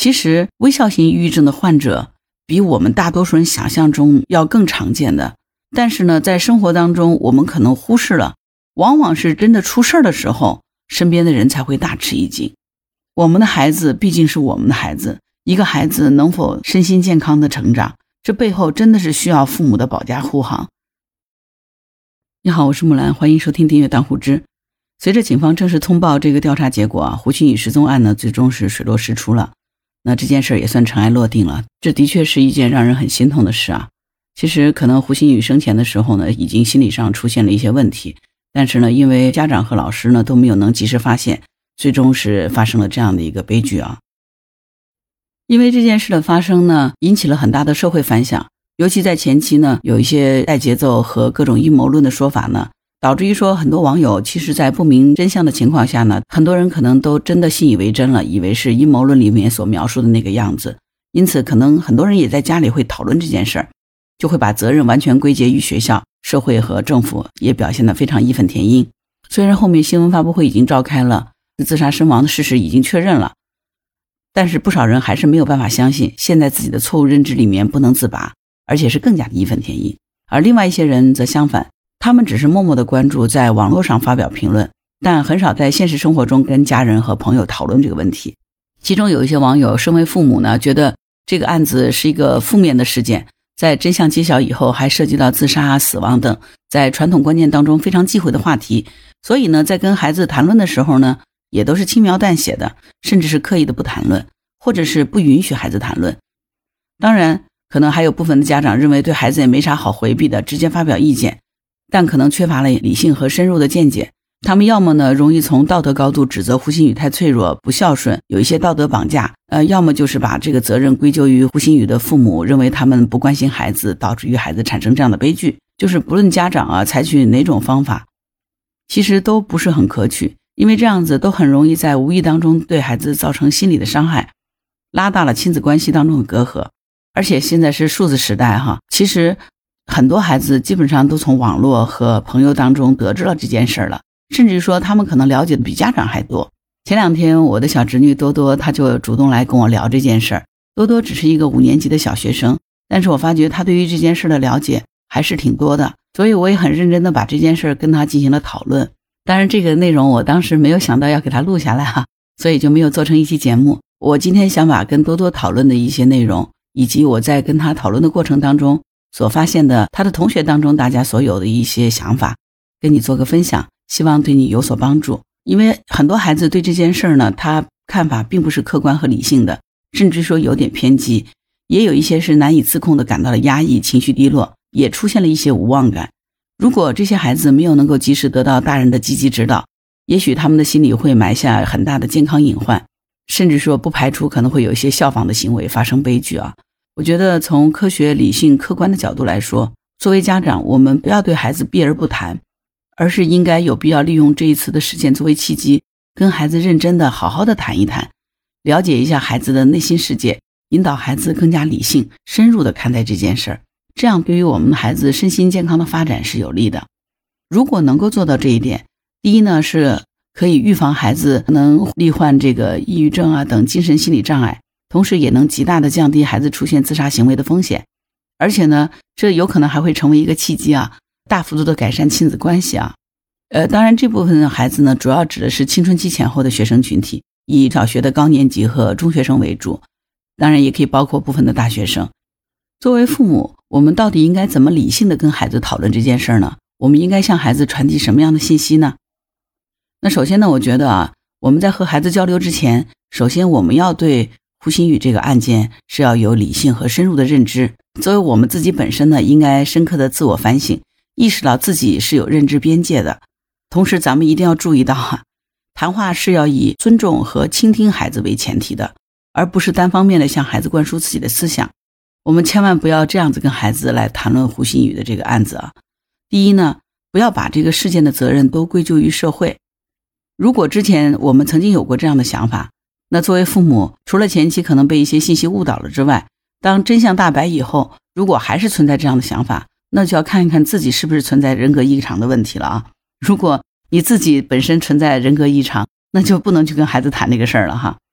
其实微笑型抑郁症的患者比我们大多数人想象中要更常见的，但是呢，在生活当中我们可能忽视了，往往是真的出事的时候，身边的人才会大吃一惊。我们的孩子毕竟是我们的孩子，一个孩子能否身心健康的成长，这背后真的是需要父母的保驾护航。你好，我是木兰，欢迎收听订阅当户知。随着警方正式通报这个调查结果胡鑫宇失踪案呢，最终是水落石出了。那这件事也算尘埃落定了，这的确是一件让人很心痛的事啊。其实可能胡鑫宇生前的时候呢，已经心理上出现了一些问题，但是呢，因为家长和老师呢都没有能及时发现，最终是发生了这样的一个悲剧啊。因为这件事的发生呢，引起了很大的社会反响，尤其在前期呢，有一些带节奏和各种阴谋论的说法呢，导致于说很多网友其实在不明真相的情况下呢，很多人可能都真的信以为真了，以为是阴谋论里面所描述的那个样子，因此可能很多人也在家里会讨论这件事儿，就会把责任完全归结于学校、社会和政府，也表现得非常义愤填膺。虽然后面新闻发布会已经召开了，自杀身亡的事实已经确认了，但是不少人还是没有办法相信，陷在自己的错误认知里面不能自拔，而且是更加的义愤填膺。而另外一些人则相反，他们只是默默的关注，在网络上发表评论，但很少在现实生活中跟家人和朋友讨论这个问题。其中有一些网友身为父母呢，觉得这个案子是一个负面的事件，在真相揭晓以后还涉及到自杀、死亡等在传统观念当中非常忌讳的话题，所以呢，在跟孩子谈论的时候呢，也都是轻描淡写的，甚至是刻意的不谈论，或者是不允许孩子谈论。当然可能还有部分的家长认为对孩子也没啥好回避的，直接发表意见，但可能缺乏了理性和深入的见解。他们要么呢容易从道德高度指责胡鑫宇太脆弱、不孝顺，有一些道德绑架，要么就是把这个责任归咎于胡鑫宇的父母，认为他们不关心孩子，导致于孩子产生这样的悲剧。就是不论家长采取哪种方法，其实都不是很可取，因为这样子都很容易在无意当中对孩子造成心理的伤害，拉大了亲子关系当中的隔阂。而且现在是数字时代其实很多孩子基本上都从网络和朋友当中得知了这件事了，甚至说他们可能了解的比家长还多。前两天我的小侄女多多，她就主动来跟我聊这件事儿。多多只是一个5年级的小学生，但是我发觉她对于这件事的了解还是挺多的，所以我也很认真的把这件事跟她进行了讨论。当然这个内容我当时没有想到要给她录下来所以就没有做成一期节目。我今天想把跟多多讨论的一些内容，以及我在跟她讨论的过程当中所发现的她的同学当中大家所有的一些想法跟你做个分享，希望对你有所帮助。因为很多孩子对这件事呢，他看法并不是客观和理性的，甚至说有点偏激，也有一些是难以自控的感到了压抑，情绪低落，也出现了一些无望感。如果这些孩子没有能够及时得到大人的积极指导，也许他们的心里会埋下很大的健康隐患，甚至说不排除可能会有一些效仿的行为发生悲剧我觉得从科学、理性、客观的角度来说，作为家长，我们不要对孩子避而不谈，而是应该有必要利用这一次的事件作为契机，跟孩子认真的好好的谈一谈，了解一下孩子的内心世界，引导孩子更加理性深入的看待这件事儿，这样对于我们的孩子身心健康的发展是有利的。如果能够做到这一点，第一呢，是可以预防孩子可能罹患这个抑郁症等精神心理障碍，同时也能极大的降低孩子出现自杀行为的风险。而且呢，这有可能还会成为一个契机大幅度的改善亲子关系当然这部分的孩子呢，主要指的是青春期前后的学生群体，以小学的高年级和中学生为主，当然也可以包括部分的大学生。作为父母，我们到底应该怎么理性的跟孩子讨论这件事呢？我们应该向孩子传递什么样的信息呢？那首先呢，我觉得我们在和孩子交流之前，首先我们要对胡鑫宇这个案件是要有理性和深入的认知。作为我们自己本身呢，应该深刻的自我反省，意识到自己是有认知边界的。同时咱们一定要注意到谈话是要以尊重和倾听孩子为前提的，而不是单方面的向孩子灌输自己的思想。我们千万不要这样子跟孩子来谈论胡鑫宇的这个案子第一呢，不要把这个事件的责任都归咎于社会。如果之前我们曾经有过这样的想法，那作为父母，除了前期可能被一些信息误导了之外，当真相大白以后，如果还是存在这样的想法，那就要看一看自己是不是存在人格异常的问题了如果你自己本身存在人格异常，那就不能去跟孩子谈这个事儿了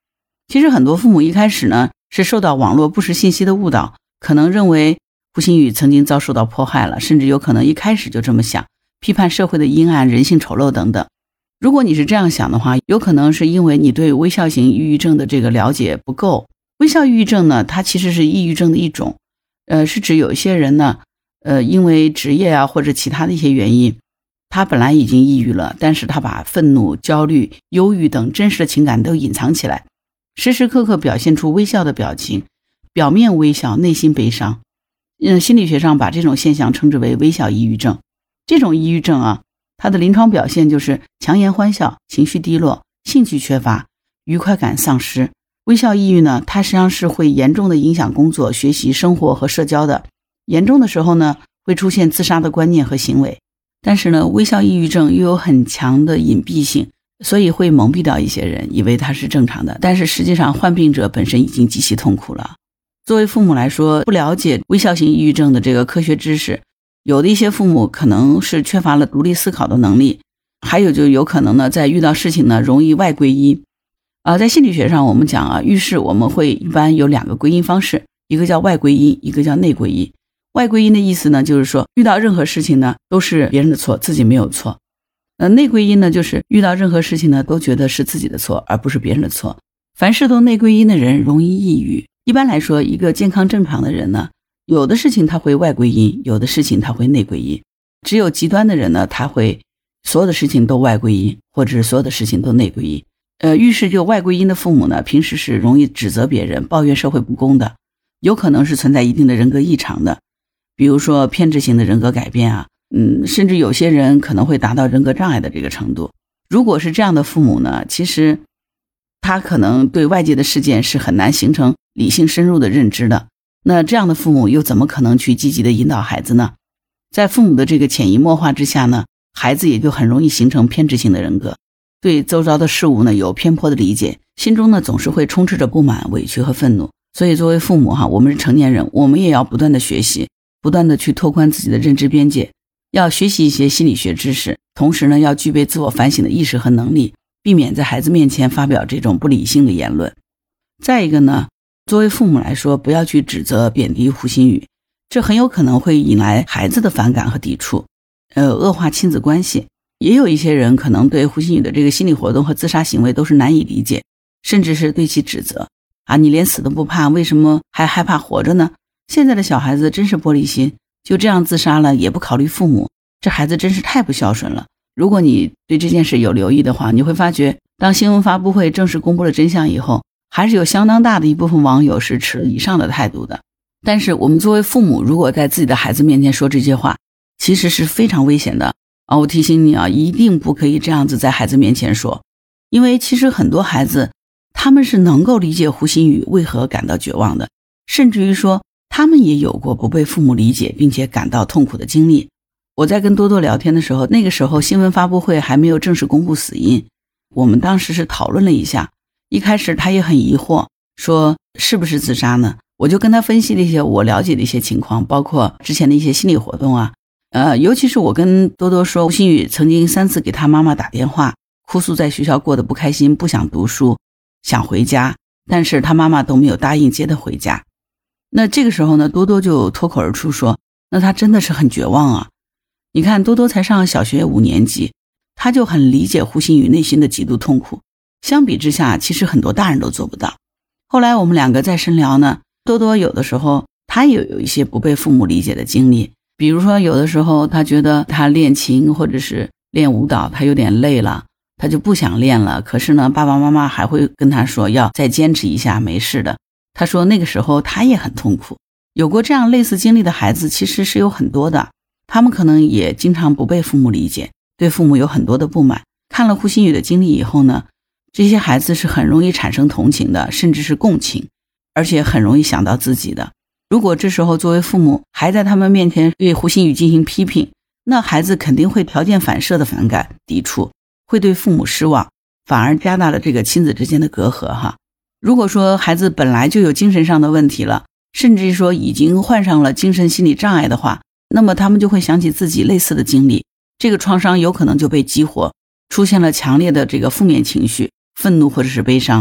其实很多父母一开始呢是受到网络不实信息的误导，可能认为胡鑫宇曾经遭受到迫害了，甚至有可能一开始就这么想，批判社会的阴暗、人性丑陋等等。如果你是这样想的话，有可能是因为你对微笑型抑郁症的这个了解不够。微笑抑郁症呢，它其实是抑郁症的一种，是指有一些人呢，因为职业啊或者其他的一些原因，他本来已经抑郁了，但是他把愤怒、焦虑、忧郁等真实的情感都隐藏起来，时时刻刻表现出微笑的表情，表面微笑，内心悲伤。心理学上把这种现象称之为微笑抑郁症。这种抑郁症啊，它的临床表现就是强颜欢笑、情绪低落、兴趣缺乏、愉快感丧失。微笑抑郁呢，它实际上是会严重的影响工作、学习、生活和社交的。严重的时候呢，会出现自杀的观念和行为。但是呢，微笑抑郁症又有很强的隐蔽性，所以会蒙蔽掉一些人，以为它是正常的。但是实际上，患病者本身已经极其痛苦了。作为父母来说，不了解微笑型抑郁症的这个科学知识，有的一些父母可能是缺乏了独立思考的能力，还有就有可能呢，在遇到事情呢，容易外归因。在心理学上我们讲啊，遇事我们会一般有2个归因方式，一个叫外归因，一个叫内归因。外归因的意思呢，就是说遇到任何事情呢都是别人的错，自己没有错。内归因呢，就是遇到任何事情呢都觉得是自己的错，而不是别人的错。凡事都内归因的人容易抑郁。一般来说，一个健康正常的人呢，有的事情他会外归因，有的事情他会内归因。只有极端的人呢，他会所有的事情都外归因，或者是所有的事情都内归因。遇事就外归因的父母呢，平时是容易指责别人、抱怨社会不公的，有可能是存在一定的人格异常的，比如说偏执型的人格改变啊，甚至有些人可能会达到人格障碍的这个程度。如果是这样的父母呢，其实他可能对外界的事件是很难形成理性深入的认知的。那这样的父母又怎么可能去积极的引导孩子呢？在父母的这个潜移默化之下呢，孩子也就很容易形成偏执性的人格，对周遭的事物呢有偏颇的理解，心中呢总是会充斥着不满、委屈和愤怒。所以作为父母我们是成年人，我们也要不断的学习，不断的去拓宽自己的认知边界，要学习一些心理学知识，同时呢要具备自我反省的意识和能力，避免在孩子面前发表这种不理性的言论。再一个呢，作为父母来说，不要去指责贬低胡鑫宇，这很有可能会引来孩子的反感和抵触，恶化亲子关系。也有一些人可能对胡鑫宇的这个心理活动和自杀行为都是难以理解，甚至是对其指责你连死都不怕，为什么还害怕活着呢？现在的小孩子真是玻璃心，就这样自杀了也不考虑父母，这孩子真是太不孝顺了。如果你对这件事有留意的话，你会发觉当新闻发布会正式公布了真相以后，还是有相当大的一部分网友是持以上的态度的。但是我们作为父母，如果在自己的孩子面前说这些话，其实是非常危险的我提醒你一定不可以这样子在孩子面前说。因为其实很多孩子他们是能够理解胡鑫宇为何感到绝望的，甚至于说他们也有过不被父母理解并且感到痛苦的经历。我在跟多多聊天的时候，那个时候新闻发布会还没有正式公布死因，我们当时是讨论了一下。一开始他也很疑惑，说是不是自杀呢？我就跟他分析了一些我了解的一些情况，包括之前的一些心理活动尤其是我跟多多说，胡鑫宇曾经3次给他妈妈打电话，哭诉在学校过得不开心，不想读书，想回家，但是他妈妈都没有答应接他回家。那这个时候呢，多多就脱口而出说，那他真的是很绝望你看多多才上小学5年级，他就很理解胡鑫宇内心的极度痛苦，相比之下其实很多大人都做不到。后来我们2个在深聊呢，多多有的时候他也有一些不被父母理解的经历，比如说有的时候他觉得他练琴或者是练舞蹈他有点累了，他就不想练了，可是呢爸爸妈妈还会跟他说要再坚持一下，没事的。他说那个时候他也很痛苦。有过这样类似经历的孩子其实是有很多的，他们可能也经常不被父母理解，对父母有很多的不满。看了胡鑫宇的经历以后呢，这些孩子是很容易产生同情的，甚至是共情，而且很容易想到自己的。如果这时候作为父母还在他们面前对胡鑫宇进行批评，那孩子肯定会条件反射的反感、抵触，会对父母失望，反而加大了这个亲子之间的隔阂如果说孩子本来就有精神上的问题了，甚至说已经患上了精神心理障碍的话，那么他们就会想起自己类似的经历，这个创伤有可能就被激活，出现了强烈的这个负面情绪，愤怒或者是悲伤。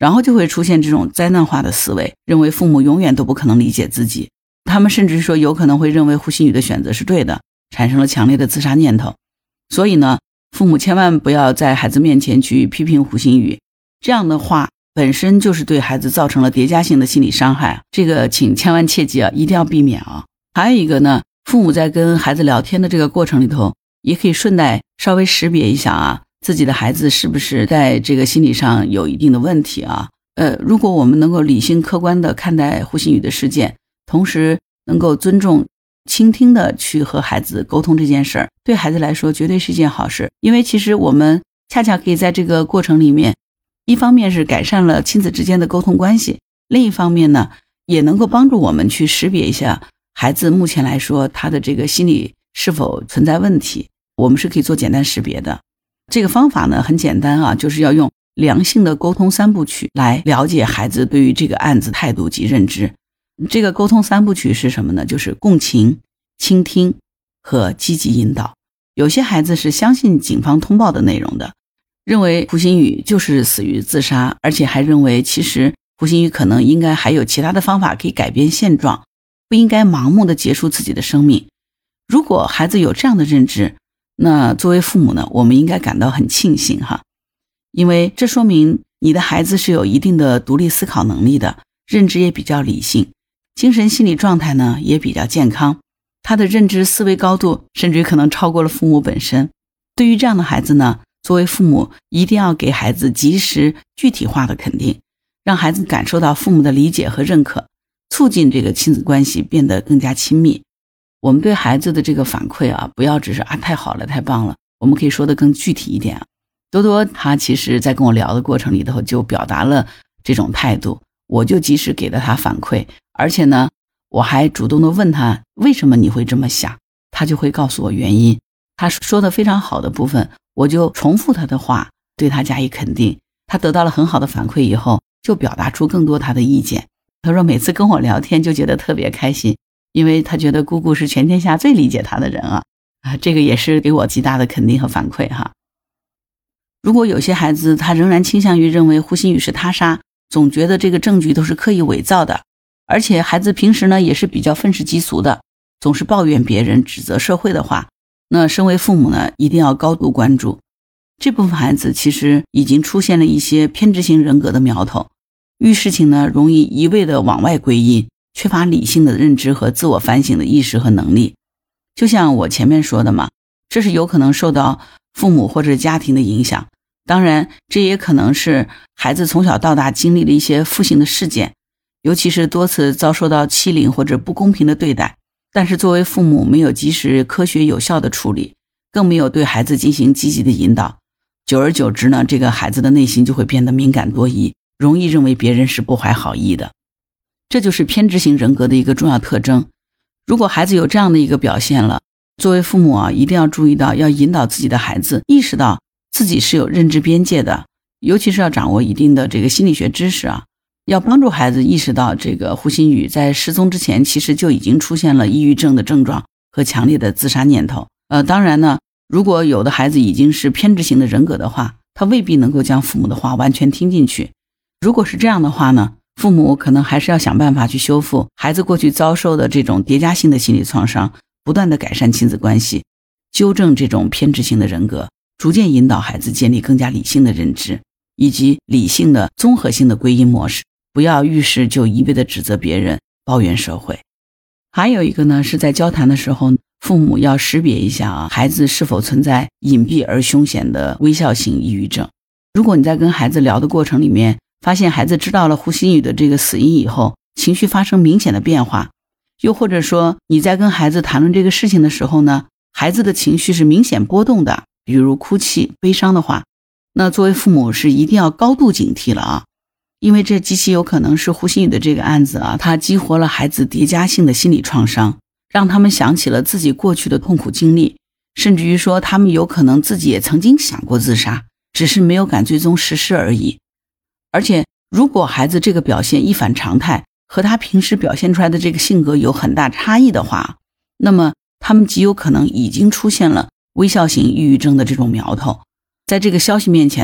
然后就会出现这种灾难化的思维，认为父母永远都不可能理解自己，他们甚至说有可能会认为胡鑫宇的选择是对的，产生了强烈的自杀念头。所以呢，父母千万不要在孩子面前去批评胡鑫宇，这样的话本身就是对孩子造成了叠加性的心理伤害，这个请千万切记啊，一定要避免啊。还有一个呢，父母在跟孩子聊天的这个过程里头，也可以顺带稍微识别一下啊，自己的孩子是不是在这个心理上有一定的问题啊。如果我们能够理性客观的看待胡鑫宇的事件，同时能够尊重倾听的去和孩子沟通这件事儿，对孩子来说绝对是一件好事。因为其实我们恰恰可以在这个过程里面，一方面是改善了亲子之间的沟通关系，另一方面呢，也能够帮助我们去识别一下孩子目前来说他的这个心理是否存在问题，我们是可以做简单识别的。这个方法呢很简单啊，就是要用良性的沟通3部曲来了解孩子对于这个案子态度及认知。这个沟通3部曲是什么呢？就是共情、倾听和积极引导。有些孩子是相信警方通报的内容的，认为胡鑫宇就是死于自杀，而且还认为其实胡鑫宇可能应该还有其他的方法可以改变现状，不应该盲目的结束自己的生命。如果孩子有这样的认知，那作为父母呢，我们应该感到很庆幸哈，因为这说明你的孩子是有一定的独立思考能力的，认知也比较理性，精神心理状态呢也比较健康，他的认知思维高度甚至于可能超过了父母本身。对于这样的孩子呢，作为父母一定要给孩子及时具体化的肯定，让孩子感受到父母的理解和认可，促进这个亲子关系变得更加亲密。我们对孩子的这个反馈啊，不要只是太好了太棒了，我们可以说得更具体一点啊。多多他其实在跟我聊的过程里头就表达了这种态度，我就及时给了他反馈，而且呢我还主动的问他为什么你会这么想，他就会告诉我原因。他说的非常好的部分，我就重复他的话，对他加以肯定。他得到了很好的反馈以后，就表达出更多他的意见。他说每次跟我聊天就觉得特别开心，因为他觉得姑姑是全天下最理解他的人啊，这个也是给我极大的肯定和反馈哈。如果有些孩子他仍然倾向于认为胡鑫宇是他杀，总觉得这个证据都是刻意伪造的，而且孩子平时呢也是比较愤世嫉俗的，总是抱怨别人指责社会的话，那身为父母呢一定要高度关注。这部分孩子其实已经出现了一些偏执型人格的苗头，遇事情呢容易一味的往外归因，缺乏理性的认知和自我反省的意识和能力。就像我前面说的嘛，这是有可能受到父母或者家庭的影响，当然这也可能是孩子从小到大经历了一些负性的事件，尤其是多次遭受到欺凌或者不公平的对待，但是作为父母没有及时科学有效的处理，更没有对孩子进行积极的引导，久而久之呢，这个孩子的内心就会变得敏感多疑，容易认为别人是不怀好意的。这就是偏执型人格的一个重要特征。如果孩子有这样的一个表现了，作为父母啊，一定要注意到，要引导自己的孩子意识到自己是有认知边界的，尤其是要掌握一定的这个心理学知识啊，要帮助孩子意识到这个胡鑫宇在失踪之前其实就已经出现了抑郁症的症状和强烈的自杀念头。当然呢，如果有的孩子已经是偏执型的人格的话，他未必能够将父母的话完全听进去。如果是这样的话呢，父母可能还是要想办法去修复孩子过去遭受的这种叠加性的心理创伤，不断的改善亲子关系，纠正这种偏执型的人格，逐渐引导孩子建立更加理性的认知，以及理性的综合性的归因模式，不要遇事就一味的指责别人，抱怨社会。还有一个呢，是在交谈的时候，父母要识别一下孩子是否存在隐蔽而凶险的微笑型抑郁症。如果你在跟孩子聊的过程里面，发现孩子知道了胡鑫宇的这个死因以后，情绪发生明显的变化，又或者说你在跟孩子谈论这个事情的时候呢，孩子的情绪是明显波动的，比如哭泣、悲伤的话，那作为父母是一定要高度警惕了啊，因为这极其有可能是胡鑫宇的这个案子啊，它激活了孩子叠加性的心理创伤，让他们想起了自己过去的痛苦经历，甚至于说他们有可能自己也曾经想过自杀，只是没有敢最终实施而已。而且如果孩子这个表现一反常态，和他平时表现出来的这个性格有很大差异的话，那么他们极有可能已经出现了微笑型抑郁症的这种苗头。在这个消息面前呢，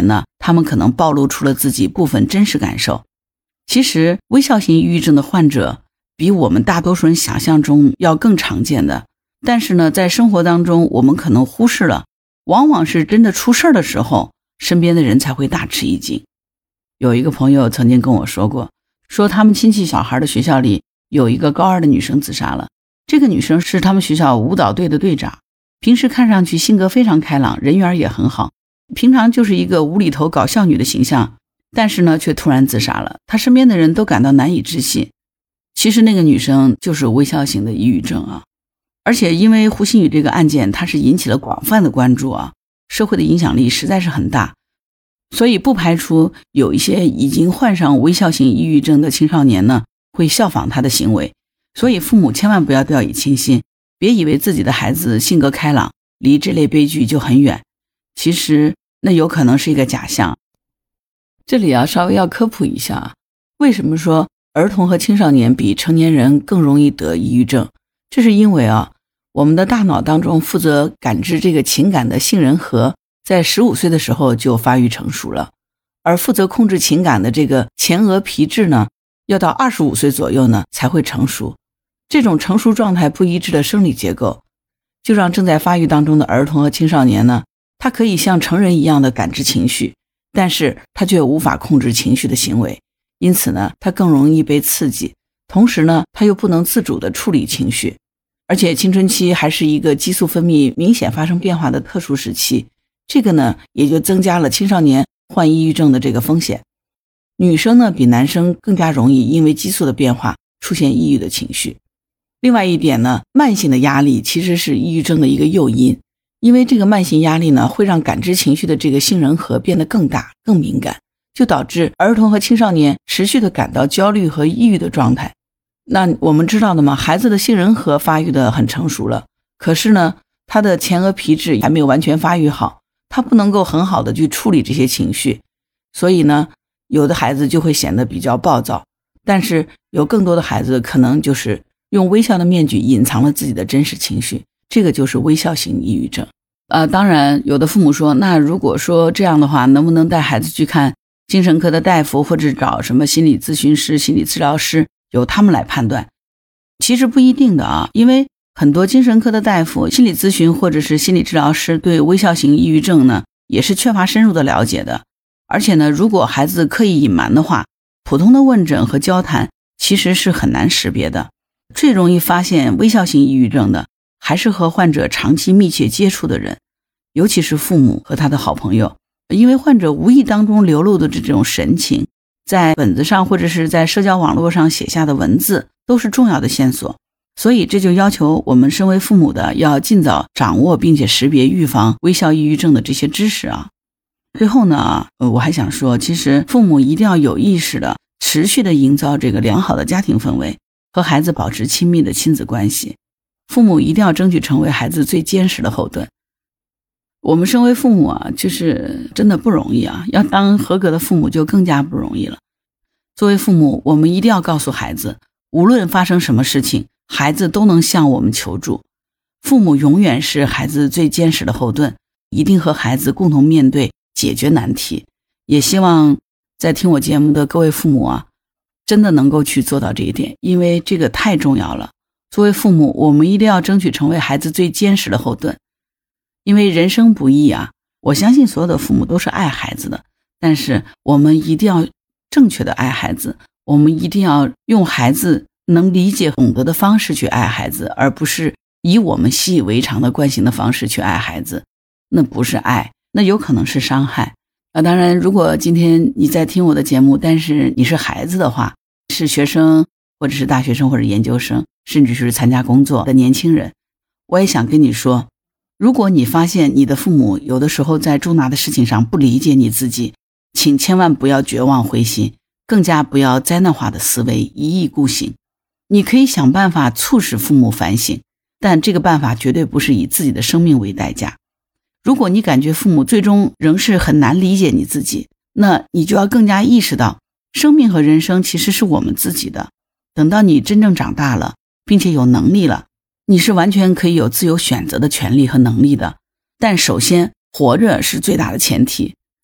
他们可能暴露出了自己部分真实感受。其实微笑型抑郁症的患者比我们大多数人想象中要更常见的，但是呢，在生活当中我们可能忽视了，往往是真的出事的时候，身边的人才会大吃一惊。有一个朋友曾经跟我说过，说他们亲戚小孩的学校里有一个高2的女生自杀了。这个女生是他们学校舞蹈队的队长，平时看上去性格非常开朗，人缘也很好，平常就是一个无厘头搞笑女的形象，但是呢却突然自杀了。她身边的人都感到难以置信。其实那个女生就是微笑型的抑郁症啊，而且因为胡鑫宇这个案件，它是引起了广泛的关注啊，社会的影响力实在是很大，所以不排除有一些已经患上微笑型抑郁症的青少年呢，会效仿他的行为。所以父母千万不要掉以轻心，别以为自己的孩子性格开朗，离这类悲剧就很远，其实那有可能是一个假象。这里稍微要科普一下，为什么说儿童和青少年比成年人更容易得抑郁症？这是因为我们的大脑当中负责感知这个情感的杏仁核在15岁的时候就发育成熟了，而负责控制情感的这个前额皮质呢，要到25岁左右呢才会成熟。这种成熟状态不一致的生理结构，就让正在发育当中的儿童和青少年呢，他可以像成人一样的感知情绪，但是他却无法控制情绪的行为，因此呢，他更容易被刺激，同时呢，他又不能自主地处理情绪。而且青春期还是一个激素分泌明显发生变化的特殊时期，这个呢，也就增加了青少年患抑郁症的这个风险。女生呢，比男生更加容易因为激素的变化出现抑郁的情绪。另外一点呢，慢性的压力其实是抑郁症的一个诱因，因为这个慢性压力呢，会让感知情绪的这个杏仁核变得更大、更敏感，就导致儿童和青少年持续的感到焦虑和抑郁的状态。那我们知道的嘛，孩子的杏仁核发育的很成熟了，可是呢，他的前额皮质还没有完全发育好，他不能够很好的去处理这些情绪，所以呢，有的孩子就会显得比较暴躁，但是有更多的孩子可能就是用微笑的面具隐藏了自己的真实情绪，这个就是微笑型抑郁症。当然有的父母说，那如果说这样的话，能不能带孩子去看精神科的大夫，或者找什么心理咨询师、心理治疗师，由他们来判断？其实不一定的因为很多精神科的大夫、心理咨询或者是心理治疗师对微笑型抑郁症呢，也是缺乏深入的了解的。而且呢，如果孩子刻意隐瞒的话，普通的问诊和交谈其实是很难识别的。最容易发现微笑型抑郁症的，还是和患者长期密切接触的人，尤其是父母和他的好朋友。因为患者无意当中流露的这种神情，在本子上或者是在社交网络上写下的文字，都是重要的线索。所以这就要求我们身为父母的，要尽早掌握并且识别预防微笑抑郁症的这些知识最后呢，我还想说，其实父母一定要有意识的持续的营造这个良好的家庭氛围，和孩子保持亲密的亲子关系。父母一定要争取成为孩子最坚实的后盾。我们身为父母就是真的不容易要当合格的父母就更加不容易了。作为父母，我们一定要告诉孩子，无论发生什么事情，孩子都能向我们求助。父母永远是孩子最坚实的后盾，一定和孩子共同面对，解决难题。也希望在听我节目的各位父母真的能够去做到这一点，因为这个太重要了。作为父母，我们一定要争取成为孩子最坚实的后盾。因为人生不易我相信所有的父母都是爱孩子的，但是我们一定要正确的爱孩子，我们一定要用孩子能理解懂得的方式去爱孩子，而不是以我们习以为常的惯性的方式去爱孩子。那不是爱，那有可能是伤害。当然，如果今天你在听我的节目，但是你是孩子的话，是学生或者是大学生或者研究生，甚至是参加工作的年轻人，我也想跟你说，如果你发现你的父母有的时候在重大的事情上不理解你自己，请千万不要绝望灰心，更加不要灾难化的思维一意孤行。你可以想办法促使父母反省，但这个办法绝对不是以自己的生命为代价。如果你感觉父母最终仍是很难理解你自己，那你就要更加意识到，生命和人生其实是我们自己的。等到你真正长大了，并且有能力了，你是完全可以有自由选择的权利和能力的。但首先，活着是最大的前提，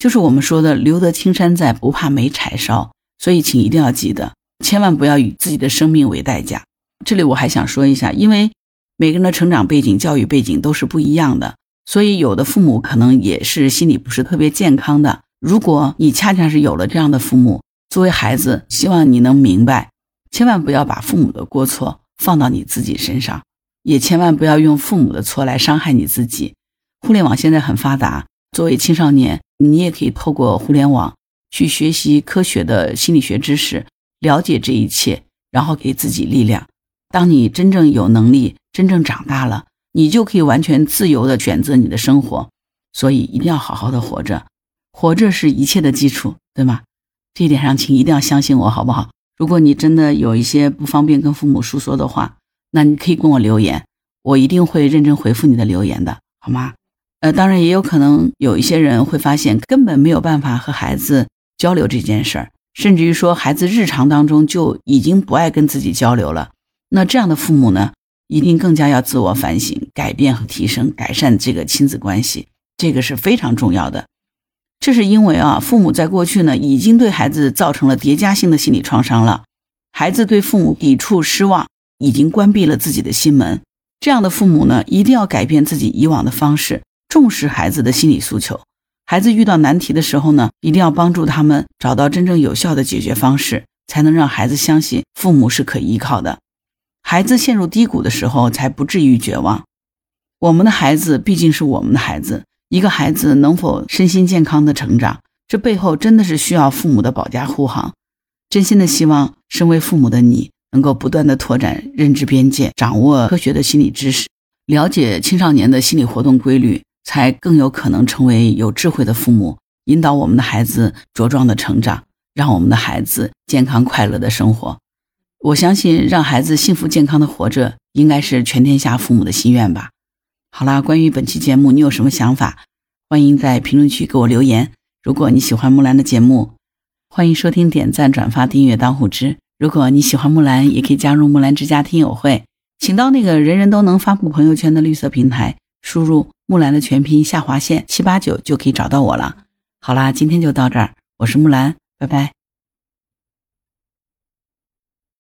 就是我们说的留得青山在，不怕没柴烧。所以请一定要记得，千万不要以自己的生命为代价。这里我还想说一下，因为每个人的成长背景、教育背景都是不一样的，所以有的父母可能也是心理不是特别健康的。如果你恰恰是有了这样的父母，作为孩子，希望你能明白，千万不要把父母的过错放到你自己身上，也千万不要用父母的错来伤害你自己。互联网现在很发达，作为青少年，你也可以透过互联网去学习科学的心理学知识，了解这一切，然后给自己力量。当你真正有能力，真正长大了，你就可以完全自由地选择你的生活。所以一定要好好的活着，活着是一切的基础，对吗？这一点上请一定要相信我，好不好？如果你真的有一些不方便跟父母诉说的话，那你可以跟我留言，我一定会认真回复你的留言的，好吗？当然也有可能有一些人会发现根本没有办法和孩子交流这件事儿，甚至于说孩子日常当中就已经不爱跟自己交流了。那这样的父母呢，一定更加要自我反省，改变和提升，改善这个亲子关系，这个是非常重要的。这是因为父母在过去呢，已经对孩子造成了叠加性的心理创伤了，孩子对父母抵触失望，已经关闭了自己的心门。这样的父母呢，一定要改变自己以往的方式，重视孩子的心理诉求。孩子遇到难题的时候呢，一定要帮助他们找到真正有效的解决方式，才能让孩子相信父母是可依靠的。孩子陷入低谷的时候，才不至于绝望。我们的孩子毕竟是我们的孩子，一个孩子能否身心健康的成长，这背后真的是需要父母的保驾护航。真心的希望身为父母的你，能够不断的拓展认知边界，掌握科学的心理知识，了解青少年的心理活动规律，才更有可能成为有智慧的父母，引导我们的孩子茁壮的成长，让我们的孩子健康快乐的生活。我相信让孩子幸福健康的活着，应该是全天下父母的心愿吧。好啦，关于本期节目你有什么想法，欢迎在评论区给我留言。如果你喜欢木兰的节目，欢迎收听、点赞、转发、订阅当户知。如果你喜欢木兰，也可以加入木兰之家听友会，请到那个人人都能发布朋友圈的绿色平台，输入木兰的全拼下划线789就可以找到我了。好啦，今天就到这儿，我是木兰，拜拜。